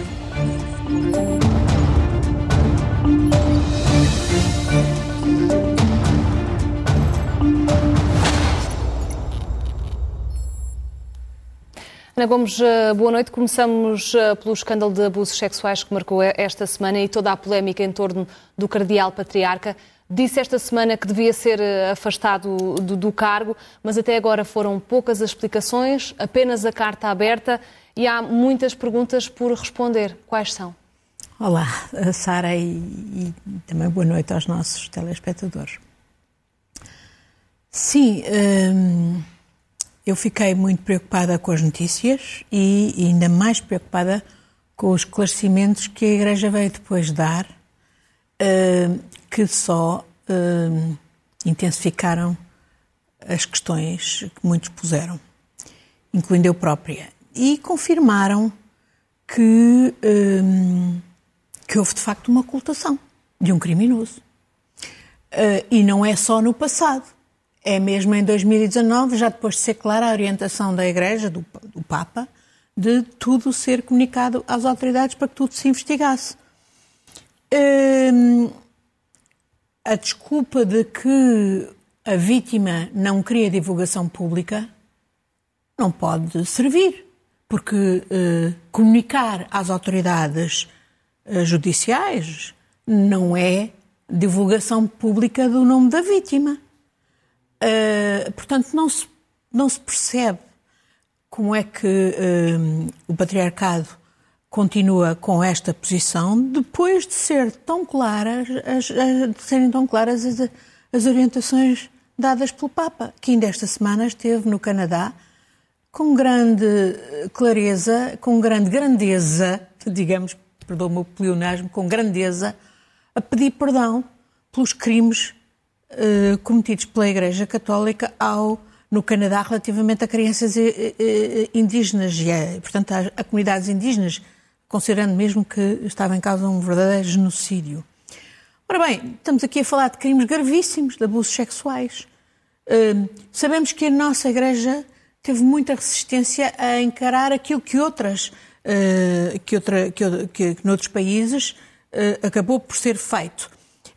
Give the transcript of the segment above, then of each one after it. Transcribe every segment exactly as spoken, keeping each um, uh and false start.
Ana Gomes, boa noite. Começamos pelo escândalo de abusos sexuais que marcou esta semana e toda a polémica em torno do cardeal patriarca. Disse esta semana que devia ser afastado do, do cargo, mas até agora foram poucas as explicações, apenas a carta aberta e há muitas perguntas por responder. Quais são? Olá, Sara, e, e também boa noite aos nossos telespectadores. Sim, hum, eu fiquei muito preocupada com as notícias e ainda mais preocupada com os esclarecimentos que a Igreja veio depois dar, hum, que só hum, intensificaram as questões que muitos puseram, incluindo eu própria, e confirmaram que, hum, que houve de facto uma ocultação de um criminoso. Uh, e não é só no passado. É mesmo em dois mil e dezanove, já depois de ser clara a orientação da Igreja, do, do Papa, de tudo ser comunicado às autoridades para que tudo se investigasse. Hum, a desculpa de que a vítima não queria divulgação pública não pode servir, porque uh, comunicar às autoridades uh, judiciais não é divulgação pública do nome da vítima. Uh, portanto, não se, não se percebe como é que uh, o patriarcado continua com esta posição depois de ser tão claras, as, as, de serem tão claras as, as orientações dadas pelo Papa, que ainda esta semana esteve no Canadá com grande clareza, com grande grandeza, digamos, perdoa-me o pleonasmo, com grandeza, a pedir perdão pelos crimes Uh, cometidos pela Igreja Católica ao, no Canadá relativamente a crianças uh, uh, indígenas e, a, portanto, a, a comunidades indígenas, considerando mesmo que estava em causa um verdadeiro genocídio. Ora bem, estamos aqui a falar de crimes gravíssimos, de abusos sexuais. Uh, sabemos que a nossa Igreja teve muita resistência a encarar aquilo que outras, uh, que, outra, que, que, que noutros países uh, acabou por ser feito.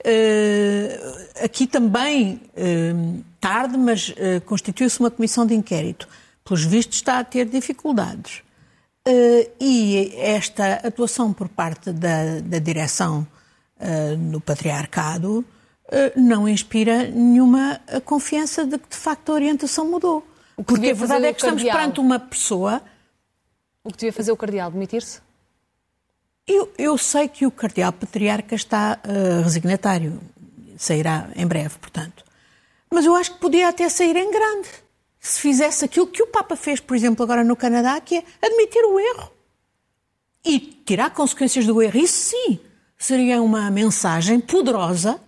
Uh, aqui também, uh, tarde, mas uh, constituiu-se uma comissão de inquérito. Pelos vistos está a ter dificuldades. Uh, e esta atuação por parte da, da direção uh, do patriarcado uh, não inspira nenhuma confiança de que, de facto, a orientação mudou. Porque a verdade é que estamos perante uma pessoa... O que devia fazer o cardeal? Demitir-se? Eu, eu sei que o cardeal patriarca está uh, resignatário, sairá em breve, portanto. Mas eu acho que podia até sair em grande, se fizesse aquilo que o Papa fez, por exemplo, agora no Canadá, que é admitir o erro e tirar consequências do erro. Isso sim seria uma mensagem poderosa,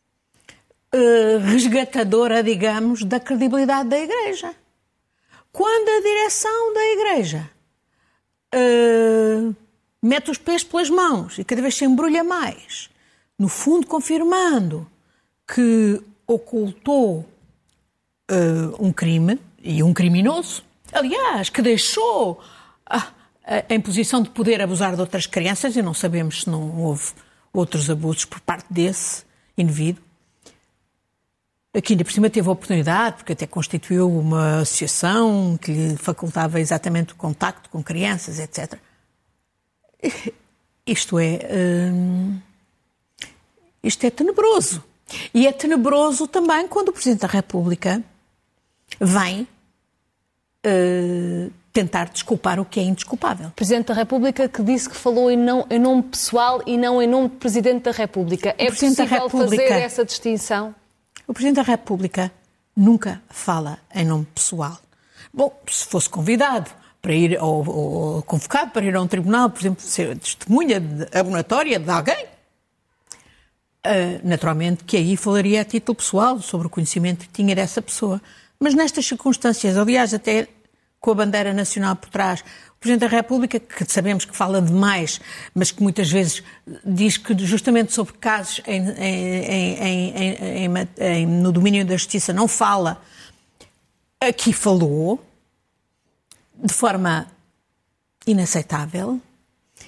uh, resgatadora, digamos, da credibilidade da Igreja. Quando a direção da Igreja... Uh, mete os pés pelas mãos e cada vez se embrulha mais, no fundo confirmando que ocultou uh, um crime e um criminoso, aliás, que deixou ah, em posição de poder abusar de outras crianças, e não sabemos se não houve outros abusos por parte desse indivíduo. Aqui ainda por cima teve a oportunidade, porque até constituiu uma associação que lhe facultava exatamente o contacto com crianças, etcétera. Isto é, hum, isto é tenebroso. E é tenebroso também quando o Presidente da República vem uh, tentar desculpar o que é indesculpável. Presidente da República que disse que falou em, não, em nome pessoal e não em nome do Presidente da República. É possível República, fazer essa distinção? O Presidente da República nunca fala em nome pessoal. Bom, se fosse convidado para ir, ou, ou convocado para ir a um tribunal, por exemplo, ser testemunha abonatória de alguém, uh, naturalmente que aí falaria a título pessoal sobre o conhecimento que tinha dessa pessoa. Mas nestas circunstâncias, aliás, até com a bandeira nacional por trás, o Presidente da República, que sabemos que fala demais, mas que muitas vezes diz que justamente sobre casos em, em, em, em, no domínio da justiça não fala, aqui falou de forma inaceitável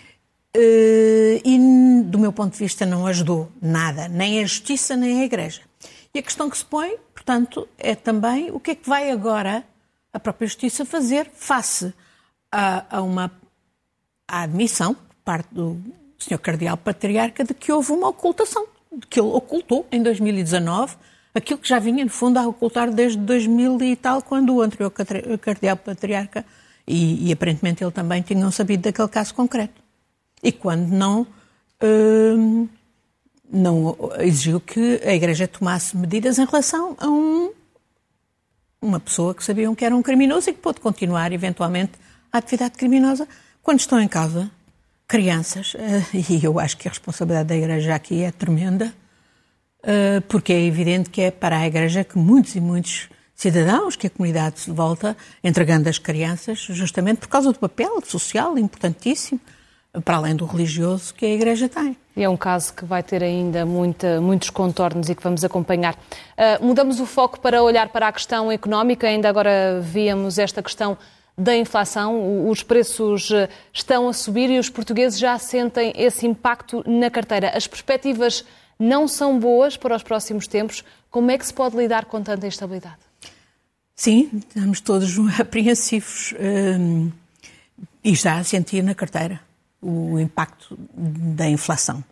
e, do meu ponto de vista, não ajudou nada, nem a Justiça, nem a Igreja. E a questão que se põe, portanto, é também o que é que vai agora a própria Justiça fazer face a, a uma à admissão, por parte do senhor Cardeal Patriarca, de que houve uma ocultação, de que ele ocultou em dois mil e dezanove aquilo que já vinha, no fundo, a ocultar desde dois mil e tal, quando o anterior Cardeal Patriarca, e, e aparentemente ele também, tinham sabido daquele caso concreto. E quando não, hum, não exigiu que a Igreja tomasse medidas em relação a um, uma pessoa que sabiam que era um criminoso e que pôde continuar, eventualmente, a atividade criminosa quando estão em causa crianças. E eu acho que a responsabilidade da Igreja aqui é tremenda, porque é evidente que é para a Igreja que muitos e muitos cidadãos, que a comunidade se volta entregando as crianças, justamente por causa do papel social importantíssimo, para além do religioso, que a Igreja tem. E é um caso que vai ter ainda muita, muitos contornos e que vamos acompanhar. Uh, mudamos o foco para olhar para a questão económica. Ainda agora víamos esta questão da inflação. Os preços estão a subir e os portugueses já sentem esse impacto na carteira. As perspectivas não são boas para os próximos tempos. Como é que se pode lidar com tanta instabilidade? Sim, estamos todos apreensivos um, e já a sentir na carteira o impacto da inflação.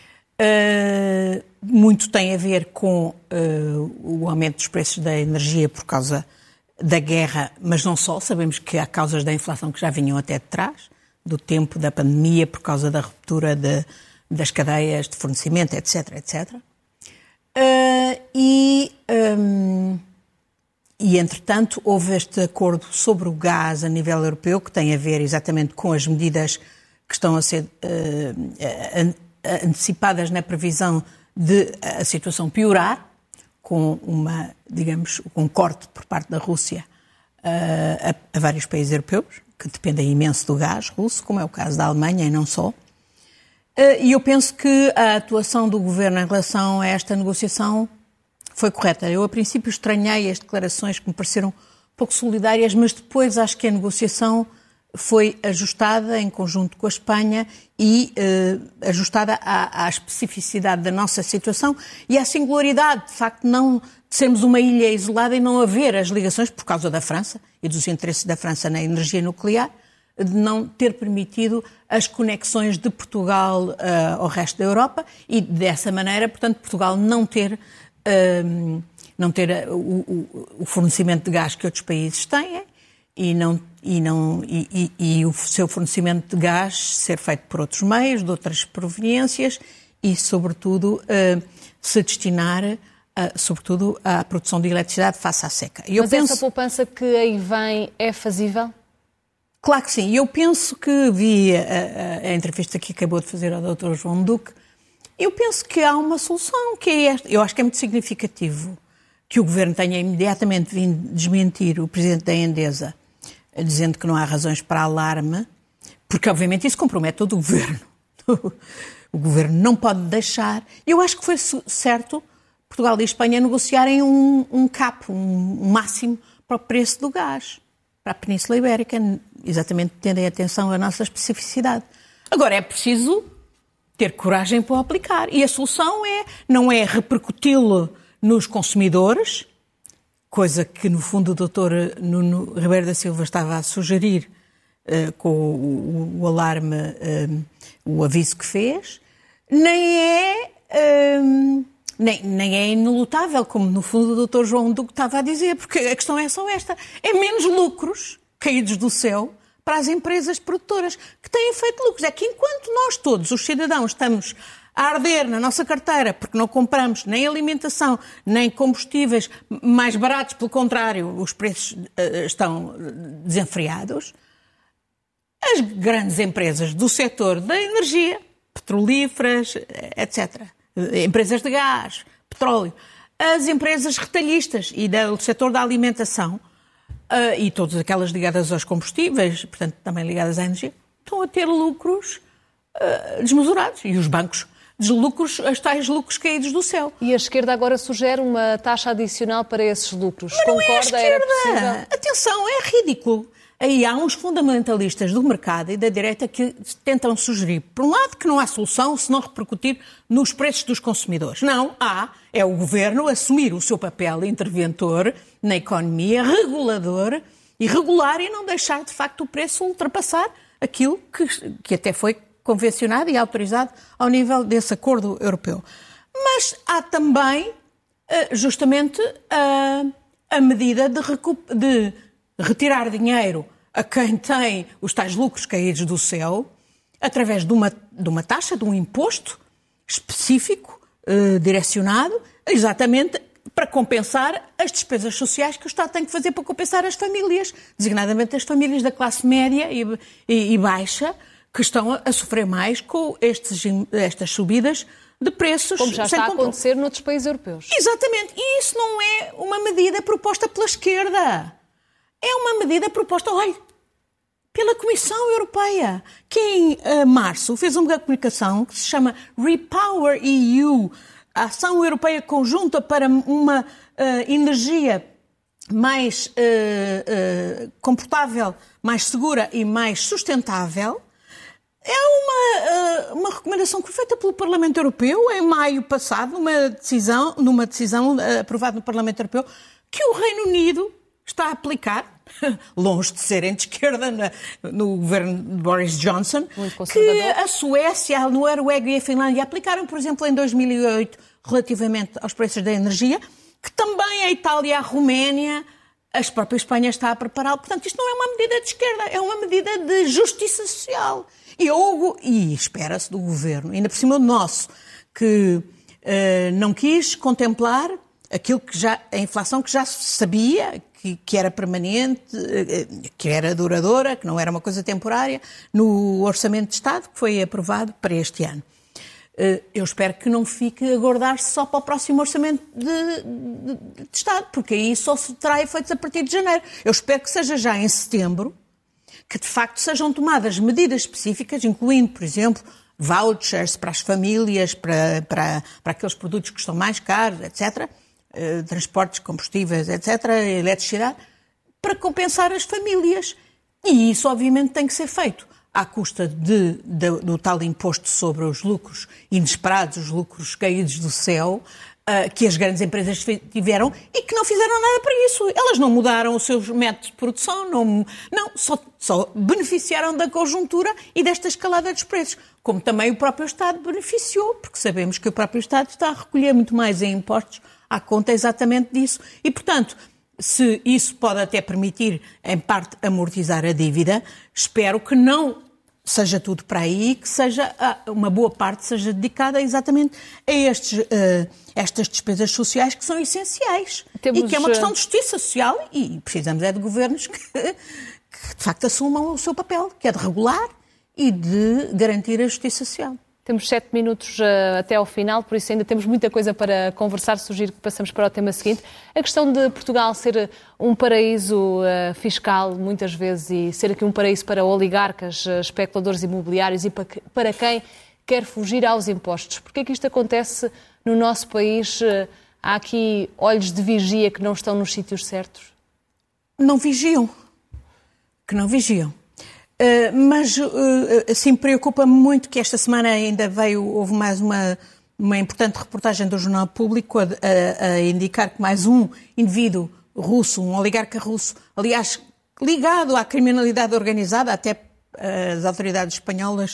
Uh, muito tem a ver com uh, o aumento dos preços da energia por causa da guerra, mas não só. Sabemos que há causas da inflação que já vinham até de trás, do tempo da pandemia, por causa da ruptura de, das cadeias de fornecimento, etc, etcétera. Uh, e, um, e, entretanto, houve este acordo sobre o gás a nível europeu, que tem a ver exatamente com as medidas que estão a ser uh, antecipadas na previsão de a situação piorar, com uma, digamos, com um corte por parte da Rússia uh, a, a vários países europeus, que dependem imenso do gás russo, como é o caso da Alemanha e não só. Uh, e eu penso que a atuação do governo em relação a esta negociação foi correta. Eu, a princípio, estranhei as declarações que me pareceram pouco solidárias, mas depois acho que a negociação foi ajustada em conjunto com a Espanha e eh, ajustada à, à especificidade da nossa situação e à singularidade, de facto, não de sermos uma ilha isolada e não haver as ligações, por causa da França e dos interesses da França na energia nuclear, de não ter permitido as conexões de Portugal uh, ao resto da Europa e, dessa maneira, portanto, Portugal não ter, uh, não ter o, o, o fornecimento de gás que outros países têm e, não, e, não, e, e, e o seu fornecimento de gás ser feito por outros meios, de outras proveniências e, sobretudo, uh, se destinar, uh, sobretudo, à produção de eletricidade face à seca. Eu Mas penso... essa poupança que aí vem é fazível? Claro que sim. Eu penso que vi a, a, a entrevista que acabou de fazer ao doutor João Duque. Eu penso que há uma solução, que é esta. Eu acho que é muito significativo que o Governo tenha imediatamente vindo desmentir o Presidente da Endesa, dizendo que não há razões para alarme, porque obviamente isso compromete todo o Governo. O Governo não pode deixar. Eu acho que foi certo Portugal e Espanha negociarem um, um cap, um, um máximo para o preço do gás, para a Península Ibérica, exatamente tendo em atenção a nossa especificidade. Agora, é preciso ter coragem para o aplicar. E a solução é, não é repercuti-lo nos consumidores, coisa que, no fundo, o doutor Nuno Ribeiro da Silva estava a sugerir uh, com o, o alarme, uh, o aviso que fez, nem é... Uh, Nem, nem é inelutável, como no fundo o doutor João Duque estava a dizer, porque a questão é só esta. É menos lucros caídos do céu para as empresas produtoras que têm feito lucros. É que enquanto nós todos, os cidadãos, estamos a arder na nossa carteira porque não compramos nem alimentação, nem combustíveis mais baratos, pelo contrário, os preços uh, estão desenfreados, as grandes empresas do setor da energia, petrolíferas, etcétera, empresas de gás, petróleo, as empresas retalhistas e do setor da alimentação uh, e todas aquelas ligadas aos combustíveis, portanto também ligadas à energia, estão a ter lucros uh, desmesurados. E os bancos, de lucros, as tais lucros caídos do céu. E a esquerda agora sugere uma taxa adicional para esses lucros. Mas não Concorda? é a esquerda. Atenção, é ridículo. aí há uns fundamentalistas do mercado e da direita que tentam sugerir, por um lado, que não há solução se não repercutir nos preços dos consumidores. Não, há, é o governo assumir o seu papel interventor na economia, regulador, e regular e não deixar, de facto, o preço ultrapassar aquilo que, que até foi convencionado e autorizado ao nível desse acordo europeu. Mas há também, justamente, a, a medida de, recup- de retirar dinheiro a quem tem os tais lucros caídos do céu, através de uma, de uma taxa, de um imposto específico, eh, direcionado, exatamente para compensar as despesas sociais que o Estado tem que fazer para compensar as famílias, designadamente as famílias da classe média e, e, e baixa, que estão a, a sofrer mais com estes, estas subidas de preços. Como já está a acontecer noutros países europeus. Exatamente. E isso não é uma medida proposta pela esquerda. É uma medida proposta, olha, pela Comissão Europeia, que em uh, março fez uma comunicação que se chama Repower E U, a Ação Europeia Conjunta para uma uh, energia mais uh, uh, confortável, mais segura e mais sustentável. É uma, uh, uma recomendação que foi feita pelo Parlamento Europeu em maio passado, numa decisão, numa decisão uh, aprovada no Parlamento Europeu, que o Reino Unido está a aplicar, longe de serem de esquerda, na, no governo de Boris Johnson, que a Suécia, a Noruega e a Finlândia aplicaram, por exemplo, em dois mil e oito, relativamente aos preços da energia, que também a Itália e a Roménia, a própria Espanha está a prepará-lo. Portanto, isto não é uma medida de esquerda, é uma medida de justiça social. E, e espera-se do governo, ainda por cima do nosso, que uh, não quis contemplar aquilo que já, a inflação que já se sabia, que, que era permanente, que era duradoura, que não era uma coisa temporária, no Orçamento de Estado, que foi aprovado para este ano. Eu espero que não fique a guardar-se só para o próximo Orçamento de, de, de Estado, porque aí só se terá efeitos a partir de janeiro. Eu espero que seja já em setembro, que de facto sejam tomadas medidas específicas, incluindo, por exemplo, vouchers para as famílias, para, para, para aqueles produtos que estão mais caros, etcétera, Uh, transportes, combustíveis, etcétera, eletricidade, para compensar as famílias. E isso, obviamente, tem que ser feito à custa de, de, do tal imposto sobre os lucros inesperados, os lucros caídos do céu, uh, que as grandes empresas tiveram e que não fizeram nada para isso. Elas não mudaram os seus métodos de produção, não, não só, só beneficiaram da conjuntura e desta escalada dos preços. Como também o próprio Estado beneficiou, porque sabemos que o próprio Estado está a recolher muito mais em impostos à conta exatamente disso. E, portanto, se isso pode até permitir, em parte, amortizar a dívida, espero que não seja tudo para aí, que seja uma boa parte seja dedicada exatamente a estes, uh, estas despesas sociais que são essenciais. Temos... E que é uma questão de justiça social e precisamos é de governos que, que, de facto, assumam o seu papel, que é de regular e de garantir a justiça social. Temos sete minutos uh, até ao final, por isso ainda temos muita coisa para conversar. Sugiro que passamos para o tema seguinte. A questão de Portugal ser um paraíso uh, fiscal, muitas vezes, e ser aqui um paraíso para oligarcas, uh, especuladores imobiliários e para, para quem quer fugir aos impostos. Porquê é que isto acontece no nosso país? Uh, há aqui olhos de vigia que não estão nos sítios certos? Não vigiam. Que não vigiam. Uh, mas, uh, assim, preocupa-me muito que esta semana ainda veio, houve mais uma, uma importante reportagem do Jornal Público a, a, a indicar que mais um indivíduo russo, um oligarca russo, aliás, ligado à criminalidade organizada, até uh, as autoridades espanholas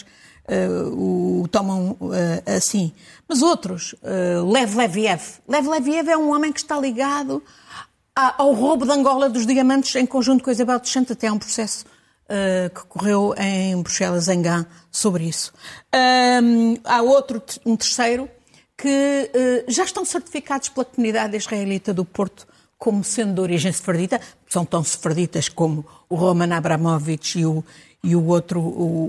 uh, o tomam uh, assim. Mas outros, uh, Lev Leviev. Lev Leviev é um homem que está ligado a, ao roubo de Angola dos diamantes em conjunto com a Isabel dos Santos, até há um processo Uh, que correu em Bruxelas, em Gã, sobre isso. Um, há outro, um terceiro, que uh, já estão certificados pela comunidade israelita do Porto como sendo de origem sefardita, são tão sefarditas como o Roman Abramovich e o, e o outro, o,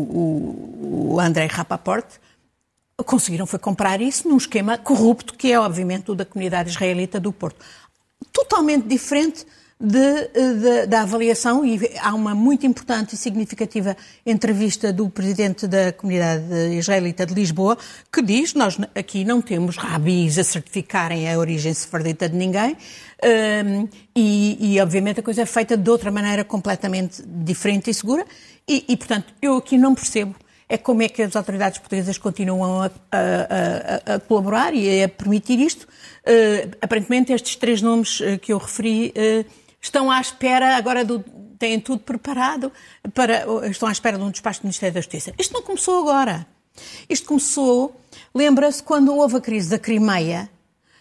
o, o Andrei Rapaport, conseguiram foi comprar isso num esquema corrupto, que é obviamente o da comunidade israelita do Porto. Totalmente diferente de, de, da avaliação, e há uma muito importante e significativa entrevista do presidente da comunidade israelita de Lisboa, que diz: nós aqui não temos rabis a certificarem a origem sefardita de ninguém, um, e, e obviamente a coisa é feita de outra maneira completamente diferente e segura, e, e portanto eu aqui não percebo é como é que as autoridades portuguesas continuam a, a, a, a colaborar e a permitir isto. Uh, aparentemente estes três nomes uh, que eu referi uh, estão à espera agora, do, têm tudo preparado, para, estão à espera de um despacho do Ministério da Justiça. Isto não começou agora. Isto começou, lembra-se, quando houve a crise da Crimeia,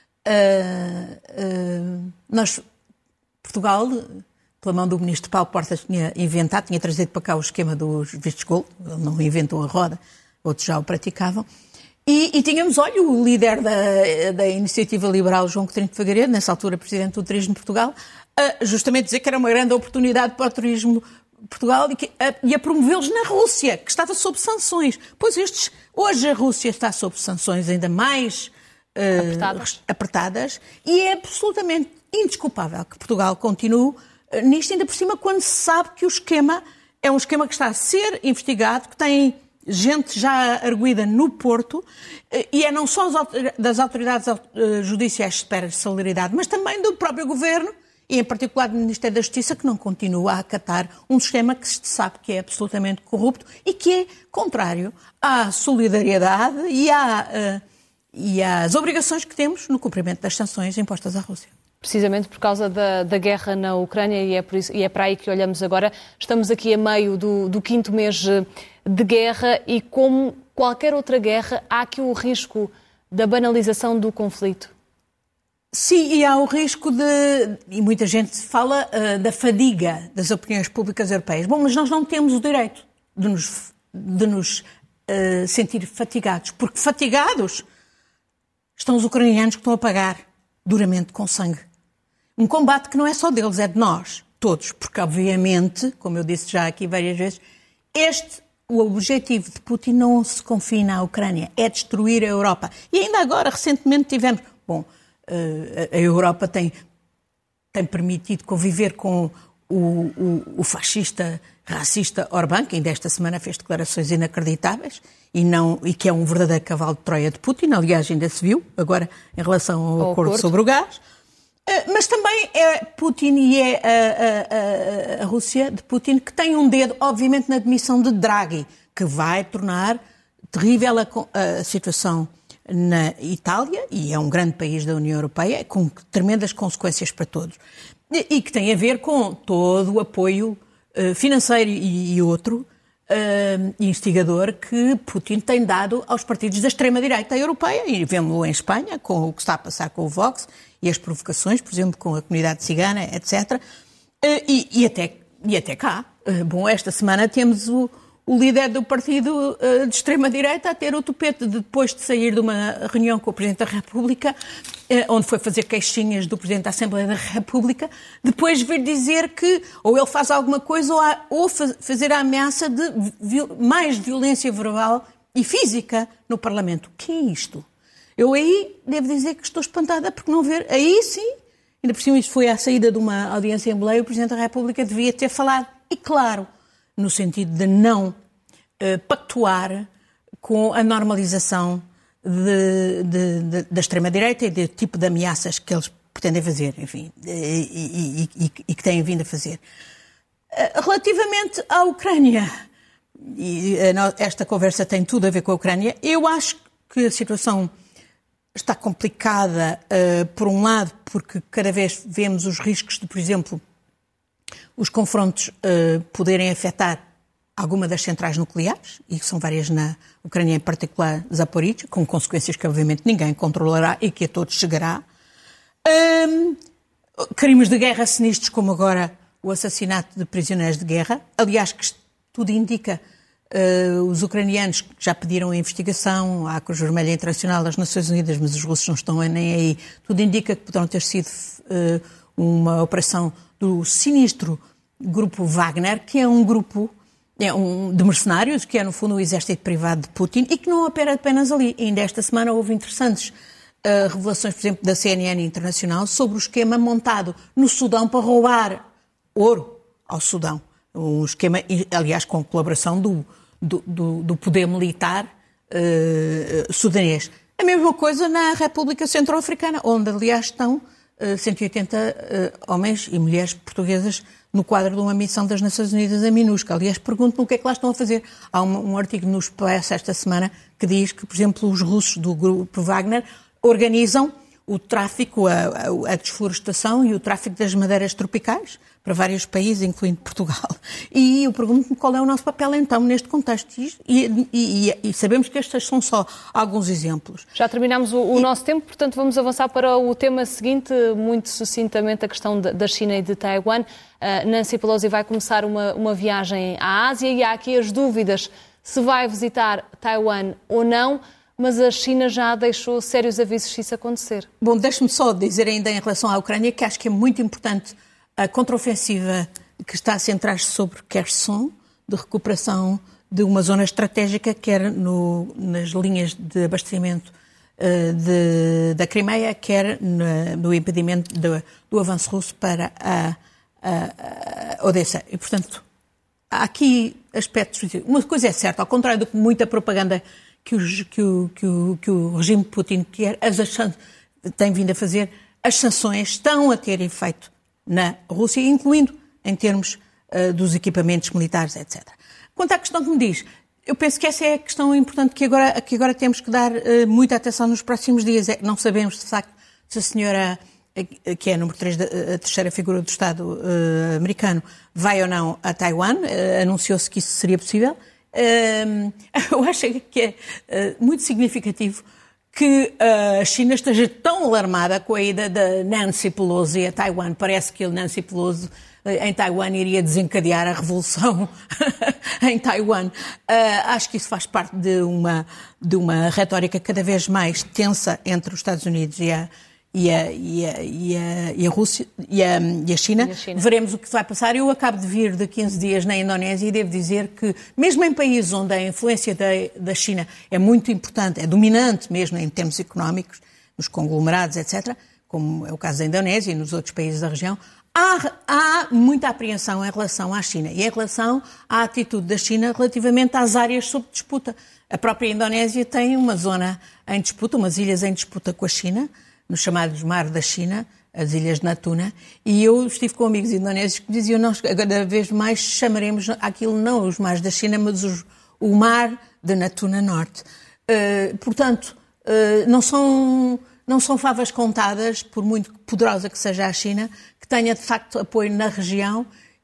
uh, uh, nós, Portugal, pela mão do ministro Paulo Portas, tinha inventado, tinha trazido para cá o esquema dos vistos gold, ele não inventou a roda, outros já o praticavam, e, e tínhamos, olha, o líder da, da Iniciativa Liberal, João Coutinho de Figueiredo, nessa altura presidente do Turismo de Portugal, a justamente dizer que era uma grande oportunidade para o turismo de Portugal e, que, a, e a promovê-los na Rússia, que estava sob sanções. Pois estes, hoje a Rússia está sob sanções ainda mais uh, apertadas. apertadas, e é absolutamente indesculpável que Portugal continue nisto, ainda por cima, quando se sabe que o esquema é um esquema que está a ser investigado, que tem gente já arguída no Porto, e é não só das autoridades judiciais que esperam celeridade, mas também do próprio Governo, e em particular do Ministério da Justiça, que não continua a acatar um sistema que se sabe que é absolutamente corrupto e que é contrário à solidariedade e, à, e às obrigações que temos no cumprimento das sanções impostas à Rússia. Precisamente por causa da, da guerra na Ucrânia, e é, por isso, e é para aí que olhamos agora. Estamos aqui a meio do, do quinto mês de guerra e, como qualquer outra guerra, há aqui o risco da banalização do conflito. Sim, e há o risco de, e muita gente fala uh, da fadiga das opiniões públicas europeias. Bom, mas nós não temos o direito de nos, de nos uh, sentir fatigados, porque fatigados estão os ucranianos que estão a pagar duramente com sangue. Um combate que não é só deles, é de nós, todos, porque obviamente, como eu disse já aqui várias vezes, este, o objetivo de Putin não se confina à Ucrânia, é destruir a Europa. E ainda agora, recentemente tivemos, bom, a Europa tem, tem permitido conviver com o, o, o fascista, racista Orbán, que ainda esta semana fez declarações inacreditáveis, e, não, e que é um verdadeiro cavalo de Troia de Putin, aliás ainda se viu, agora em relação ao, ao acordo, acordo sobre o gás. Mas também é Putin e é a, a, a, a Rússia de Putin que tem um dedo, obviamente, na admissão de Draghi, que vai tornar terrível a, a situação na Itália, e é um grande país da União Europeia, com tremendas consequências para todos, e, e que tem a ver com todo o apoio uh, financeiro e, e outro uh, instigador que Putin tem dado aos partidos da extrema-direita europeia, e vemos-lo em Espanha, com o que está a passar com o Vox, e as provocações, por exemplo, com a comunidade cigana, etcétera. Uh, e, e, até, e até cá. Uh, bom, esta semana temos o o líder do partido uh, de extrema-direita a ter o tupete de, depois de sair de uma reunião com o Presidente da República, uh, onde foi fazer queixinhas do Presidente da Assembleia da República, depois vir dizer que ou ele faz alguma coisa ou, há, ou faz, fazer a ameaça de viol, mais violência verbal e física no Parlamento. O que é isto? Eu aí devo dizer que estou espantada porque não ver. Aí sim, ainda por cima isto foi à saída de uma audiência em Belém, o Presidente da República devia ter falado. E claro, no sentido de não uh, pactuar com a normalização de, de, de, da extrema-direita e do tipo de ameaças que eles pretendem fazer, enfim, e, e, e, e que têm vindo a fazer. Uh, relativamente à Ucrânia, e uh, esta conversa tem tudo a ver com a Ucrânia, eu acho que a situação está complicada, uh, por um lado, porque cada vez vemos os riscos de, por exemplo, os confrontos uh, poderem afetar alguma das centrais nucleares, e que são várias na Ucrânia, em particular Zaporizhzhia, com consequências que obviamente ninguém controlará e que a todos chegará. Um, crimes de guerra sinistros, como agora o assassinato de prisioneiros de guerra. Aliás, que tudo indica, uh, os ucranianos já pediram a investigação à Cruz Vermelha Internacional, às Nações Unidas, mas os russos não estão nem aí. Tudo indica que poderão ter sido uh, uma operação do sinistro grupo Wagner, que é um grupo é um, de mercenários, que é no fundo o exército privado de Putin e que não opera apenas ali. E ainda esta semana houve interessantes uh, revelações, por exemplo, da C N N Internacional sobre o esquema montado no Sudão para roubar ouro ao Sudão. Um esquema, aliás, com colaboração do, do, do, do poder militar uh, sudanês. A mesma coisa na República Centro-Africana, onde, aliás, estão uh, cento e oitenta uh, homens e mulheres portuguesas no quadro de uma missão das Nações Unidas a MINUSCA. Aliás, pergunto-me o que é que lá estão a fazer. Há um, um artigo no Expresso esta semana que diz que, por exemplo, os russos do grupo Wagner organizam o tráfico, a, a, a desflorestação e o tráfico das madeiras tropicais para vários países, incluindo Portugal. E eu pergunto-me qual é o nosso papel, então, neste contexto. E, e, e, e sabemos que estes são só alguns exemplos. Já terminamos o, o e... nosso tempo, portanto vamos avançar para o tema seguinte, muito sucintamente a questão da China e de Taiwan. Uh, Nancy Pelosi vai começar uma, uma viagem à Ásia e há aqui as dúvidas se vai visitar Taiwan ou não, mas a China já deixou sérios avisos se isso acontecer. Bom, deixe-me só dizer ainda em relação à Ucrânia que acho que é muito importante a contraofensiva que está a centrar-se sobre Kherson, de recuperação de uma zona estratégica, quer no, nas linhas de abastecimento uh, de, da Crimeia, quer na, no impedimento de, do avanço russo para a, a, a Odessa. E, portanto, há aqui aspectos... Uma coisa é certa, ao contrário do que muita propaganda que, os, que, o, que, o, que o regime de Putin quer, as, as, tem vindo a fazer, as sanções estão a ter efeito na Rússia, incluindo em termos uh, dos equipamentos militares, etcétera. Quanto à questão que me diz, eu penso que essa é a questão importante que agora, que agora temos que dar uh, muita atenção nos próximos dias. É, não sabemos, de facto, se a senhora, que é a número três, da, a terceira figura do Estado uh, americano, vai ou não a Taiwan. Uh, anunciou-se que isso seria possível. Uh, eu acho que é uh, muito significativo que a China esteja tão alarmada com a ida da Nancy Pelosi a Taiwan. Parece que a Nancy Pelosi em Taiwan iria desencadear a revolução em Taiwan. Uh, acho que isso faz parte de uma, de uma retórica cada vez mais tensa entre os Estados Unidos e a, e a, e a, e a, e a Rússia e a, e a China. E a China. Veremos o que vai passar. Eu acabo de vir de quinze dias na Indonésia e devo dizer que, mesmo em países onde a influência da, da China é muito importante, é dominante mesmo em termos económicos, nos conglomerados, etcétera, como é o caso da Indonésia e nos outros países da região, há, há muita apreensão em relação à China e em relação à atitude da China relativamente às áreas sob disputa. A própria Indonésia tem uma zona em disputa, umas ilhas em disputa com a China, nos chamados Mar da China, as Ilhas de Natuna, e eu estive com amigos indonésios que diziam nós cada vez mais chamaremos aquilo não os mares da China, mas os, o Mar de Natuna Norte. Uh, portanto, uh, não são, não são favas contadas, por muito poderosa que seja a China, que tenha de facto apoio na região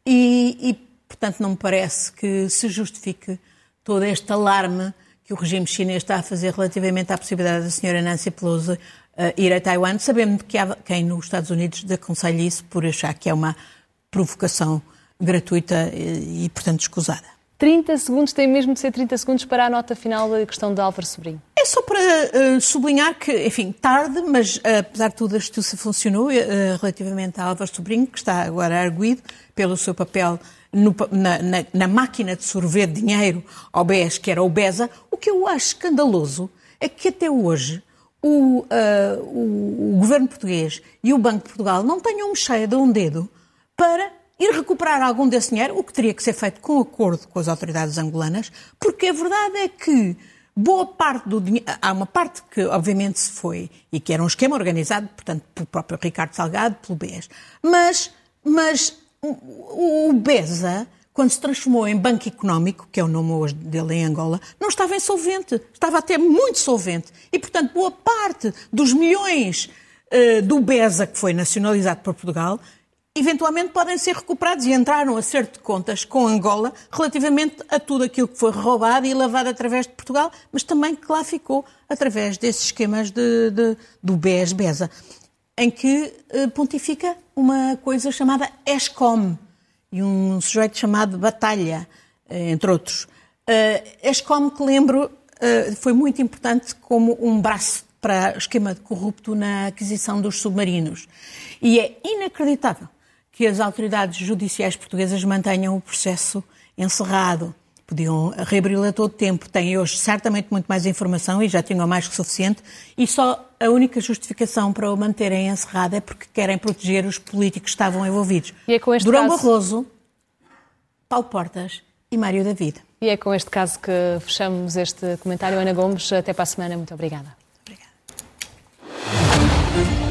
e, e portanto, não me parece que se justifique todo este alarme que o regime chinês está a fazer relativamente à possibilidade da senhora Nancy Pelosi Uh, ir a Taiwan, sabendo que há quem nos Estados Unidos aconselhe isso por achar que é uma provocação gratuita e, e portanto, escusada. trinta segundos, tem mesmo de ser trinta segundos para a nota final da questão de Álvaro Sobrinho. É só para uh, sublinhar que, enfim, tarde, mas uh, apesar de tudo a justiça funcionou uh, relativamente a Álvaro Sobrinho, que está agora arguido pelo seu papel no, na, na, na máquina de sorver dinheiro ao B E S, que era o BESA. O que eu acho escandaloso é que até hoje O, uh, o, o governo português e o Banco de Portugal não tenham mexida um dedo para ir recuperar algum desse dinheiro, o que teria que ser feito com acordo com as autoridades angolanas, porque a verdade é que boa parte do dinheiro... Há uma parte que, obviamente, se foi e que era um esquema organizado, portanto, pelo próprio Ricardo Salgado, pelo B E S. Mas, mas o, o BESA, quando se transformou em Banco Económico, que é o nome hoje dele em Angola, não estava insolvente, estava até muito solvente. E, portanto, boa parte dos milhões uh, do BESA, que foi nacionalizado por Portugal, eventualmente podem ser recuperados e entraram a acerto de contas com Angola relativamente a tudo aquilo que foi roubado e lavado através de Portugal, mas também que lá ficou através desses esquemas de, de, do B E S-BESA, em que uh, pontifica uma coisa chamada ESCOM, e um sujeito chamado Batalha, entre outros. Uh, ESCOM, que lembro, uh, foi muito importante como um braço para o esquema corrupto na aquisição dos submarinos. E é inacreditável que as autoridades judiciais portuguesas mantenham o processo encerrado. Podiam reabri-la a todo tempo. Têm hoje certamente muito mais informação e já tinham mais que suficiente. E só a única justificação para o manterem encerrado é porque querem proteger os políticos que estavam envolvidos. E é com este Durão caso... Barroso, Paulo Portas e Mário David. E é com este caso que fechamos este comentário. Ana Gomes, até para a semana. Muito obrigada. Obrigada.